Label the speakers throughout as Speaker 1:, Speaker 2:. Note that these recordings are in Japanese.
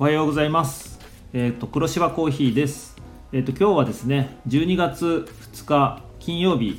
Speaker 1: おはようございます。黒芝コーヒーです。今日はですね、12月2日金曜日、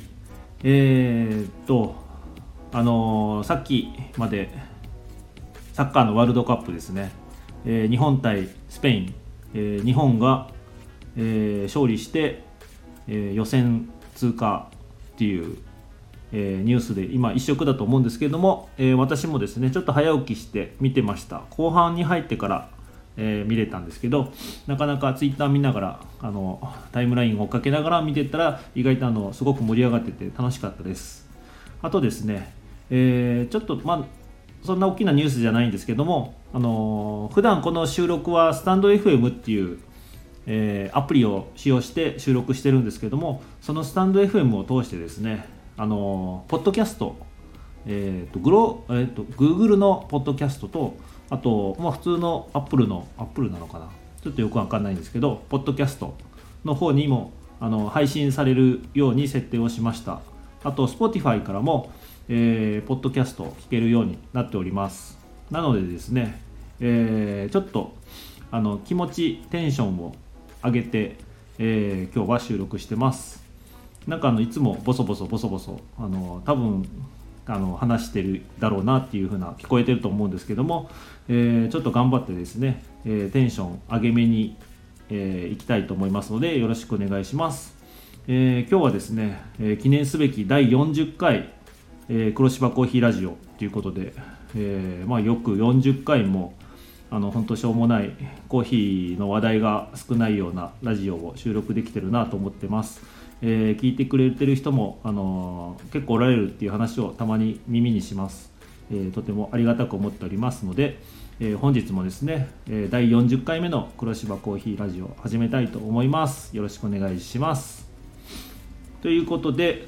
Speaker 1: さっきまでサッカーのワールドカップですね、日本対スペイン、日本が、勝利して、予選通過っていう、ニュースで今一色だと思うんですけれども、私もですねちょっと早起きして見てました。後半に入ってから、見れたんですけど、なかなかツイッター見ながらタイムラインを追っかけながら見てたら意外とすごく盛り上がってて楽しかったです。あとですね、ちょっとそんな大きなニュースじゃないんですけども、普段この収録はスタンド FM っていう、アプリを使用して収録してるんですけども、そのスタンド FM を通してですね、ポッドキャスト、Google のポッドキャストと、あと、普通のアップルなのかな、ちょっとよくわかんないんですけど、ポッドキャストの方にも配信されるように設定をしました。あと Spotify からも、ポッドキャスト聞けるようになっております。なのでですね、ちょっと気持ちテンションを上げて、今日は収録してます。なんかいつもボソボソ多分話してるだろうなっていう風な聞こえてると思うんですけども、ちょっと頑張ってですね、テンション上げめに、いきたいと思いますのでよろしくお願いします。今日はですね、記念すべき第40回、黒芝コーヒーラジオということで、よく40回も本当しょうもないコーヒーの話題が少ないようなラジオを収録できてるなと思ってます。聞いてくれてる人も、結構おられるっていう話をたまに耳にします。とてもありがたく思っておりますので、本日もですね、第40回目の黒芝コーヒーラジオを始めたいと思います。よろしくお願いします。ということで、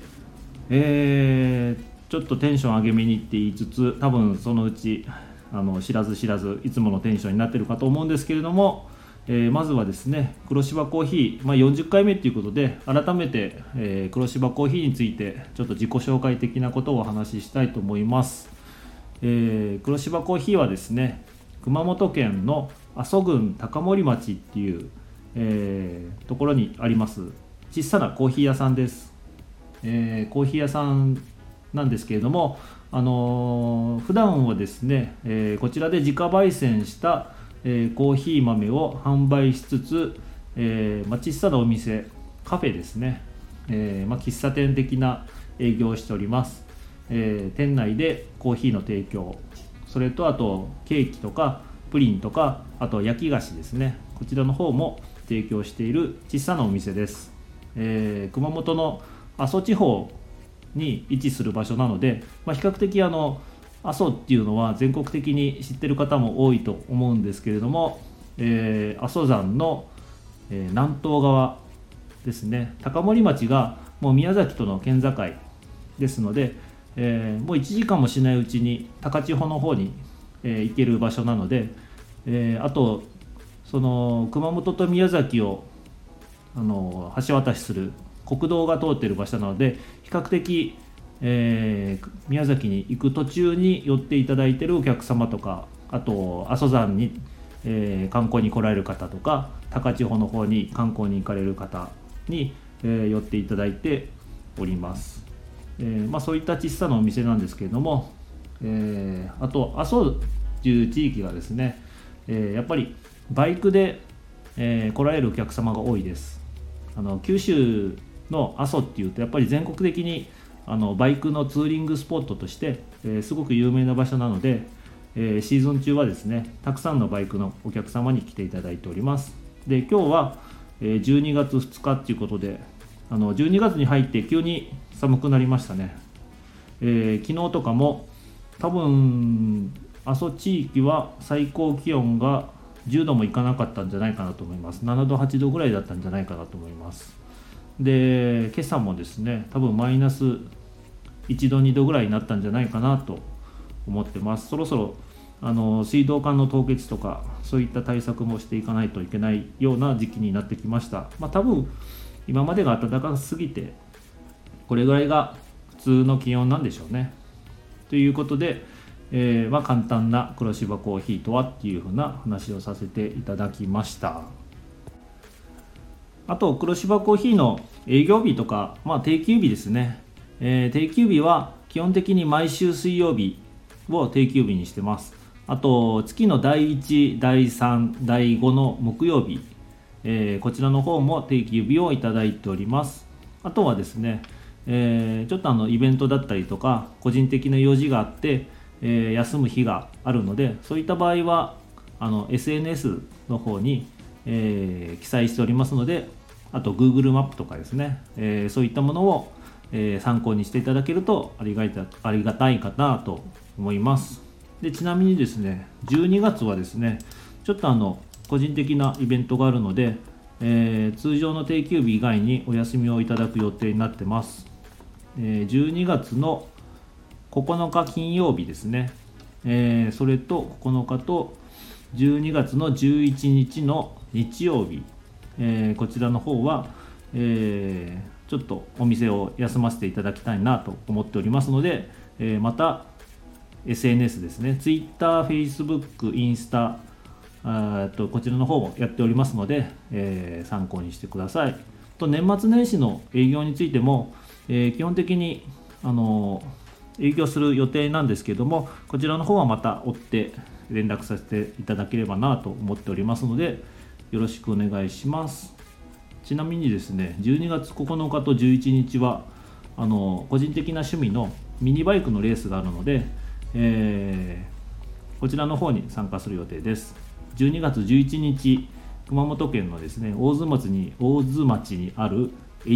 Speaker 1: ちょっとテンション上げめにって言いつつ、多分そのうち知らずいつものテンションになってるかと思うんですけれども、まずはですね、黒芝コーヒー、40回目ということで改めて、黒芝コーヒーについてちょっと自己紹介的なことをお話ししたいと思います。黒芝コーヒーはですね、熊本県の阿蘇郡高森町っていう、ところにあります小さなコーヒー屋さんです。コーヒー屋さんなんですけれども、普段はですね、こちらで自家焙煎したコーヒー豆を販売しつつ、小さなお店カフェですね、喫茶店的な営業をしております。店内でコーヒーの提供、それとあとケーキとかプリンとか、あと焼き菓子ですね、こちらの方も提供している小さなお店です。熊本の阿蘇地方に位置する場所なので、比較的阿蘇っていうのは全国的に知ってる方も多いと思うんですけれども、阿蘇山の、南東側ですね、高森町がもう宮崎との県境ですので、もう1時間もしないうちに高千穂の方に、行ける場所なので、あとその熊本と宮崎を橋渡しする国道が通っている場所なので、比較的宮崎に行く途中に寄っていただいているお客様とか、あと阿蘇山に、観光に来られる方とか、高千穂の方に観光に行かれる方に、寄っていただいております。そういった小さなお店なんですけれども、あと阿蘇という地域がですね、やっぱりバイクで、来られるお客様が多いです。九州の阿蘇っていうとやっぱり全国的にバイクのツーリングスポットとして、すごく有名な場所なので、シーズン中はですねたくさんのバイクのお客様に来ていただいております。で、今日は12月2日ということで、12月に入って急に寒くなりましたね。昨日とかも多分阿蘇地域は最高気温が10度もいかなかったんじゃないかなと思います。7度8度ぐらいだったんじゃないかなと思います。で、今朝もですね多分マイナス1度2度ぐらいになったんじゃないかなと思ってます。そろそろ水道管の凍結とかそういった対策もしていかないといけないような時期になってきました。多分今までが暖かすぎてこれぐらいが普通の気温なんでしょうね。ということで、 簡単な黒芝コーヒーとはっていうふうな話をさせていただきました。あと黒芝コーヒーの営業日とか、定休日ですね、定休日は基本的に毎週水曜日を定休日にしてます。あと月の第1、第3、第5の木曜日、こちらの方も定休日をいただいております。あとはですね、ちょっとイベントだったりとか個人的な用事があって、休む日があるので、そういった場合はSNS の方に、記載しておりますので、あと Google マップとかですね、そういったものを、参考にしていただけるとありがたいかなと思います。でちなみにですね、12月はですね、ちょっと個人的なイベントがあるので、通常の定休日以外にお休みをいただく予定になってます。12月の9日金曜日ですね、それと9日と12月の11日の日曜日、こちらの方は、ちょっとお店を休ませていただきたいなと思っておりますので、また SNS ですね、Twitter、Facebook、インスタ、こちらの方もやっておりますので、参考にしてください。と年末年始の営業についても、基本的に営業する予定なんですけども、こちらの方はまた追って連絡させていただければなと思っておりますので、よろしくお願いします。ちなみにですね、12月9日と11日は個人的な趣味のミニバイクのレースがあるので、こちらの方に参加する予定です。12月11日、熊本県のですね、大津町にある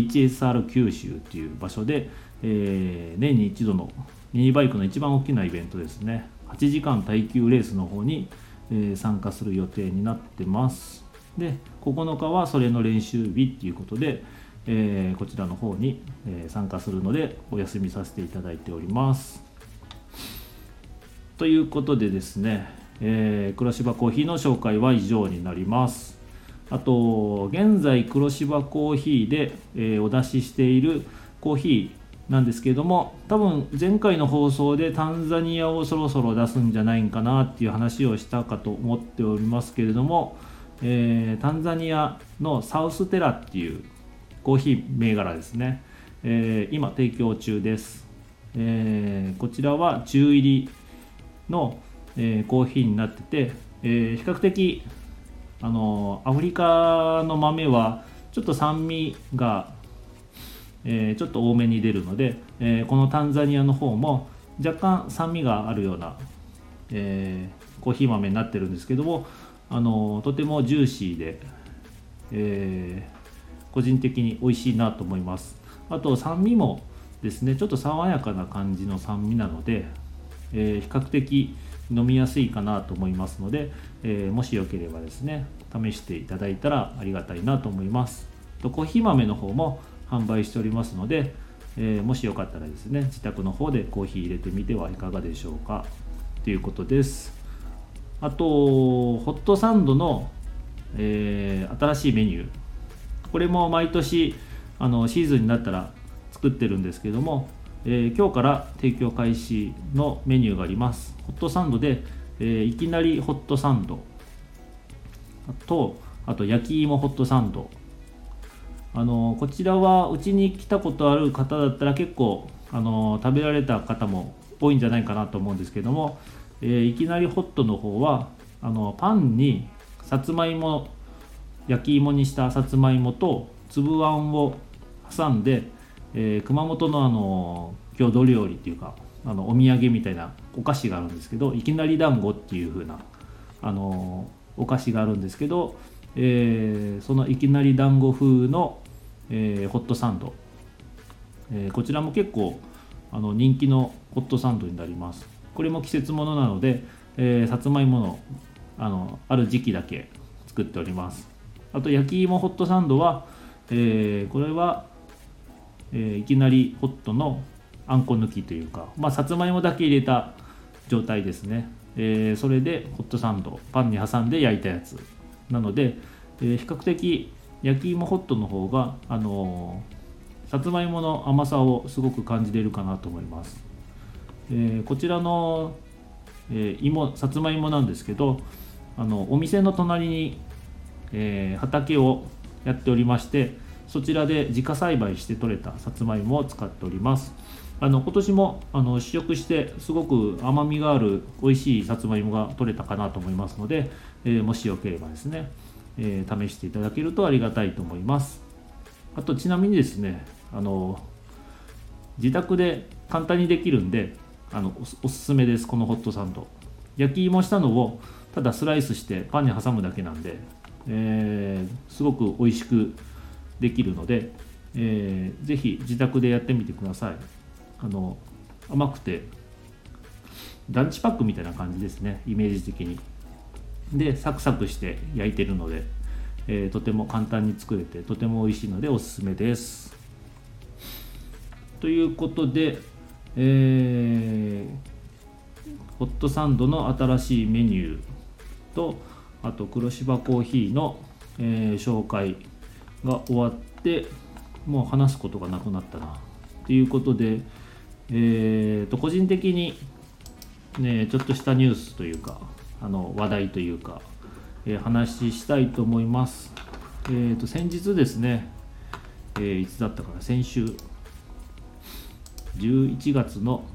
Speaker 1: HSR 九州という場所で、年に一度のミニバイクの一番大きなイベントですね、8時間耐久レースの方に、参加する予定になってます。で9日はそれの練習日ということで、こちらの方に、参加するのでお休みさせていただいております。ということでですね、黒芝コーヒーの紹介は以上になります。あと現在黒芝コーヒーで、お出ししているコーヒーなんですけれども、多分前回の放送でタンザニアをそろそろ出すんじゃないかなっていう話をしたかと思っておりますけれども、タンザニアのサウステラっていうコーヒー銘柄ですね、今提供中です。こちらは中入りの、コーヒーになってて、比較的アフリカの豆はちょっと酸味が、ちょっと多めに出るので、このタンザニアの方も若干酸味があるような、コーヒー豆になってるんですけども、とてもジューシーで、個人的に美味しいなと思います。あと酸味もですね、ちょっと爽やかな感じの酸味なので、比較的飲みやすいかなと思いますので、もしよければですね、試していただいたらありがたいなと思います。コーヒー豆の方も販売しておりますので、もしよかったらですね、自宅の方でコーヒー入れてみてはいかがでしょうかということです。あとホットサンドの、新しいメニュー、これも毎年シーズンになったら作ってるんですけども、今日から提供開始のメニューがあります。ホットサンドで、いきなりホットサンドと、あと焼き芋ホットサンド、こちらはうちに来たことある方だったら結構食べられた方も多いんじゃないかなと思うんですけども、いきなりホットの方はパンにさつまいも、焼き芋にしたさつまいもと粒あんを挟んで、熊本の郷土料理っていうかお土産みたいなお菓子があるんですけど、いきなり団子っていう風なお菓子があるんですけど、そのいきなり団子風の、ホットサンド、こちらも結構人気のホットサンドになります。これも季節ものなので、さつまいものある時期だけ作っております。あと焼き芋ホットサンドは、これは、いきなりホットのあんこ抜きというか、さつまいもだけ入れた状態ですね。それでホットサンド、パンに挟んで焼いたやつなので、比較的焼き芋ホットの方がさつまいもの甘さをすごく感じれるかなと思います。こちらのさつまいもなんですけど、お店の隣に、畑をやっておりまして、そちらで自家栽培して採れたさつまいもを使っております。今年も試食してすごく甘みがある美味しいさつまいもが取れたかなと思いますので、もしよければですね、試していただけるとありがたいと思います。あとちなみにですね、自宅で簡単にできるんでおすすめです。このホットサンド、焼き芋したのをただスライスしてパンに挟むだけなんで、すごく美味しくできるので、ぜひ自宅でやってみてください。甘くてランチパックみたいな感じですね、イメージ的に。でサクサクして焼いてるので、とても簡単に作れてとても美味しいのでおすすめです。ということで、ホットサンドの新しいメニューと、あと黒芝コーヒーの、紹介が終わって、もう話すことがなくなったなということで、個人的に、ね、ちょっとしたニュースというか話題というか、話したいと思います。先日ですね、いつだったかな、先週11月の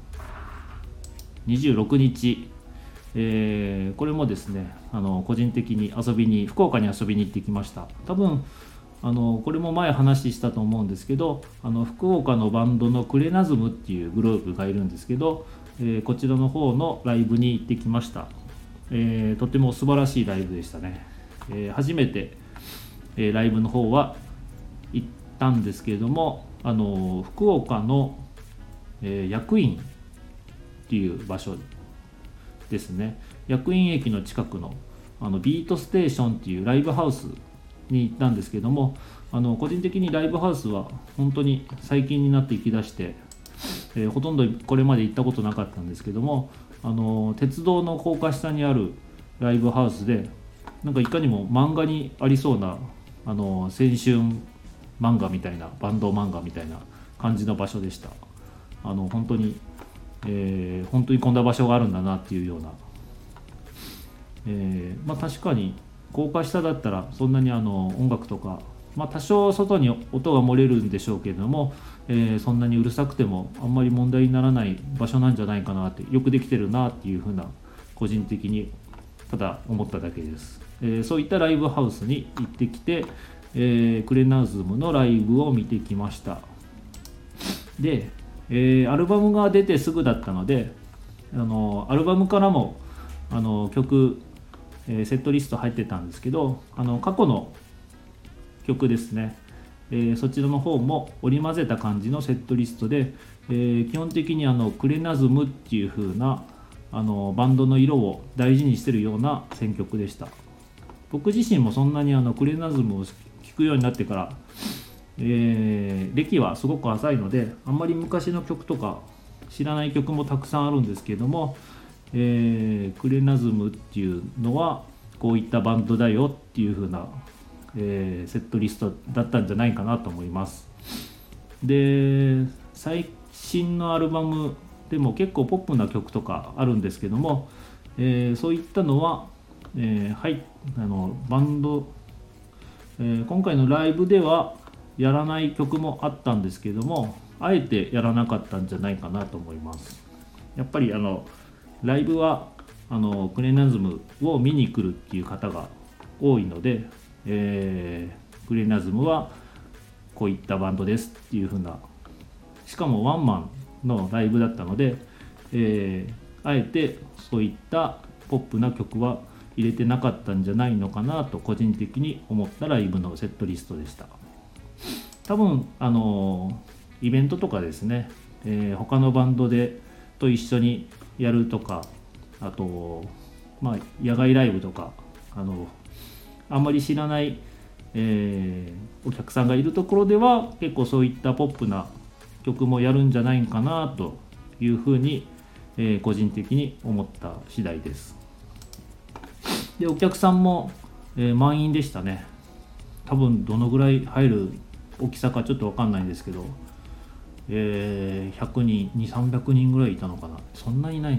Speaker 1: 26日、これもですね個人的に福岡に遊びに行ってきました。多分これも前話したと思うんですけど、福岡のバンドのクレナズムっていうグループがいるんですけど、こちらの方のライブに行ってきました。とても素晴らしいライブでしたね。初めて、ライブの方は行ったんですけれども、福岡の、薬院っていう場所ですね。薬院駅の近くのビートステーションっていうライブハウスに行ったんですけども、個人的にライブハウスは本当に最近になって行きだして、ほとんどこれまで行ったことなかったんですけども、鉄道の高架下にあるライブハウスで、なんかいかにも漫画にありそうな青春漫画みたいな、バンド漫画みたいな感じの場所でした。本当にこんな場所があるんだなっていうような、確かに高架下だったらそんなに音楽とか、多少外に音が漏れるんでしょうけれども、そんなにうるさくてもあんまり問題にならない場所なんじゃないかなって、よくできてるなっていうふうな個人的にただ思っただけです。そういったライブハウスに行ってきて、クレナズムのライブを見てきました。で、アルバムが出てすぐだったので、アルバムからも曲、セットリスト入ってたんですけど、過去の曲ですね、そちらの方も織り交ぜた感じのセットリストで、基本的にクレナズムっていう風なバンドの色を大事にしてるような選曲でした。僕自身もそんなにクレナズムを聴くようになってから、歴はすごく浅いので、あんまり昔の曲とか知らない曲もたくさんあるんですけれども、クレナズムっていうのはこういったバンドだよっていう風な、セットリストだったんじゃないかなと思います。で、最新のアルバムでも結構ポップな曲とかあるんですけども、そういったのは、バンド、今回のライブではやらない曲もあったんですけども、あえてやらなかったんじゃないかなと思います。やっぱりライブはクレナズムを見に来るっていう方が多いので、クレナズムはこういったバンドですっていう風な、しかもワンマンのライブだったので、あえてそういったポップな曲は入れてなかったんじゃないのかなと個人的に思ったライブのセットリストでした。多分イベントとかですね、他のバンドと一緒にやるとか、あと野外ライブとかあんまり知らない、お客さんがいるところでは結構そういったポップな曲もやるんじゃないかなというふうに、個人的に思った次第です。で、お客さんも、満員でしたね。多分どのぐらい入る大きさかちょっと分かんないんですけど、100人200、300人ぐらいいたのかな、そんなにないかな。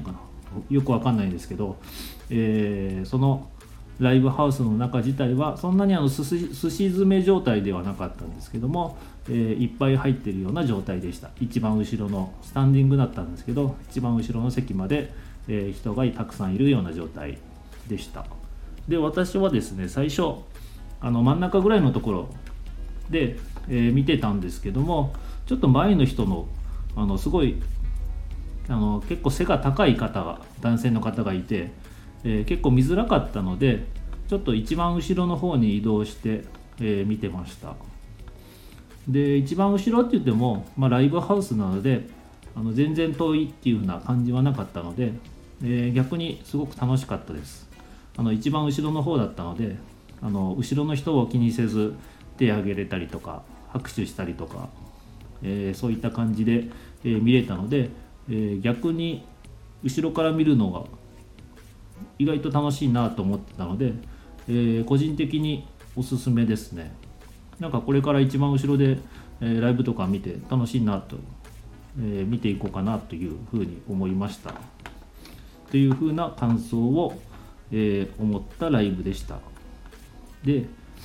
Speaker 1: よくわかんないんですけど、そのライブハウスの中自体はそんなにすし詰め状態ではなかったんですけども、いっぱい入ってるような状態でした。一番後ろのスタンディングだったんですけど、一番後ろの席まで、人がたくさんいるような状態でした。で、私はですね、最初真ん中ぐらいのところで、見てたんですけども、ちょっと前の人のすごい結構背が高い男性の方がいて、結構見づらかったので、ちょっと一番後ろの方に移動して、見てました。で、一番後ろって言っても、ライブハウスなので全然遠いっていう風な感じはなかったので、逆にすごく楽しかったです。一番後ろの方だったので、後ろの人を気にせず手を挙げれたりとか拍手したりとか、そういった感じで、見れたので、逆に後ろから見るのが意外と楽しいなと思ってたので、個人的におすすめですね。なんかこれから一番後ろで、ライブとか見て楽しいなと、見ていこうかなというふうに思いましたというふうな感想を、思ったライブでした。で、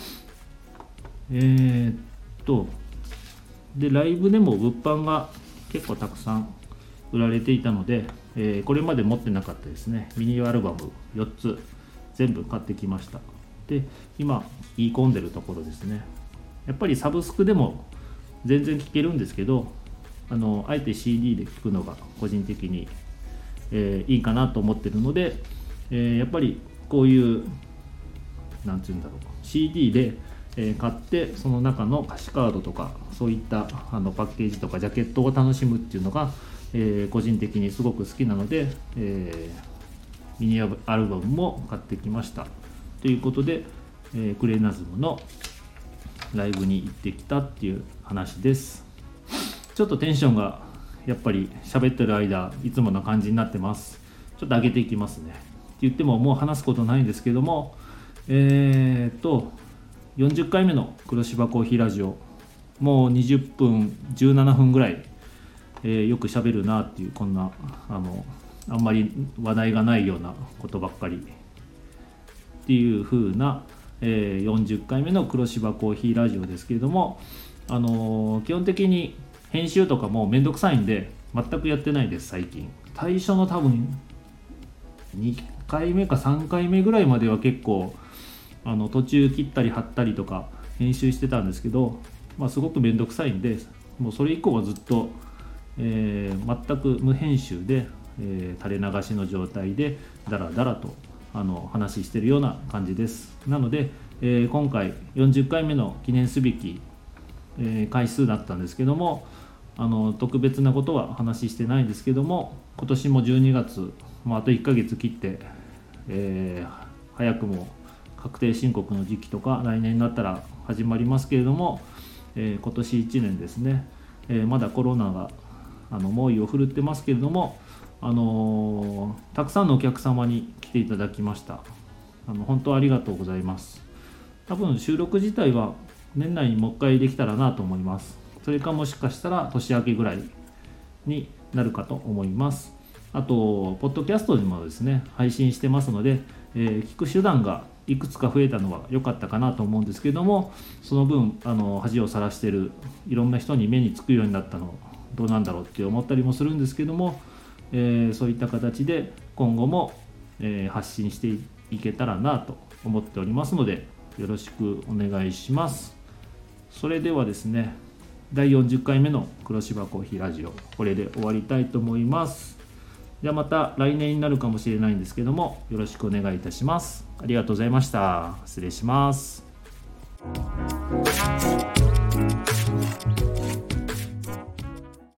Speaker 1: ライブでも物販が結構たくさん売られていたので、これまで持ってなかったですね、ミニアルバム4つ全部買ってきました。で、今言い込んでるところですね。やっぱりサブスクでも全然聴けるんですけど、あえて CD で聴くのが個人的に、いいかなと思ってるので、やっぱりこういうなんていうんだろう、 CD で買ってその中の歌詞カードとかそういったパッケージとかジャケットを楽しむっていうのが、個人的にすごく好きなので、ミニアルバムも買ってきましたということで、クレナズムのライブに行ってきたっていう話です。ちょっとテンションがやっぱり喋ってる間いつもの感じになってます。ちょっと上げていきますね。って言ってももう話すことないんですけども、40回目の黒芝コーヒーラジオ、もう20分17分ぐらい、よく喋るなっていう、こんなあんまり話題がないようなことばっかりっていう風な、40回目の黒芝コーヒーラジオですけれども、基本的に編集とかもめんどくさいんで全くやってないです。最近最初の多分2回目か3回目ぐらいまでは結構途中切ったり貼ったりとか編集してたんですけど、すごくめんどくさいんで、もうそれ以降はずっと、全く無編集で、垂れ流しの状態でダラダラと話してるような感じです。なので、今回40回目の記念すべき、回数だったんですけども、特別なことは話してないんですけども、今年も12月、あと1ヶ月切って、早くも確定申告の時期とか来年になったら始まりますけれども、今年1年ですね、まだコロナが猛威を振るってますけれども、たくさんのお客様に来ていただきました。本当ありがとうございます。多分収録自体は年内にもう一回できたらなと思います。それかもしかしたら年明けぐらいになるかと思います。あとポッドキャストでもですね配信してますので、聞く手段がいくつか増えたのは良かったかなと思うんですけども、その分恥をさらしているいろんな人に目につくようになったのどうなんだろうって思ったりもするんですけども、そういった形で今後も、発信していけたらなと思っておりますので、よろしくお願いします。それではですね、第40回目の黒芝コーヒーラジオ、これで終わりたいと思います。ではまた来年になるかもしれないんですけども、よろしくお願いいたします。ありがとうございました。失礼します。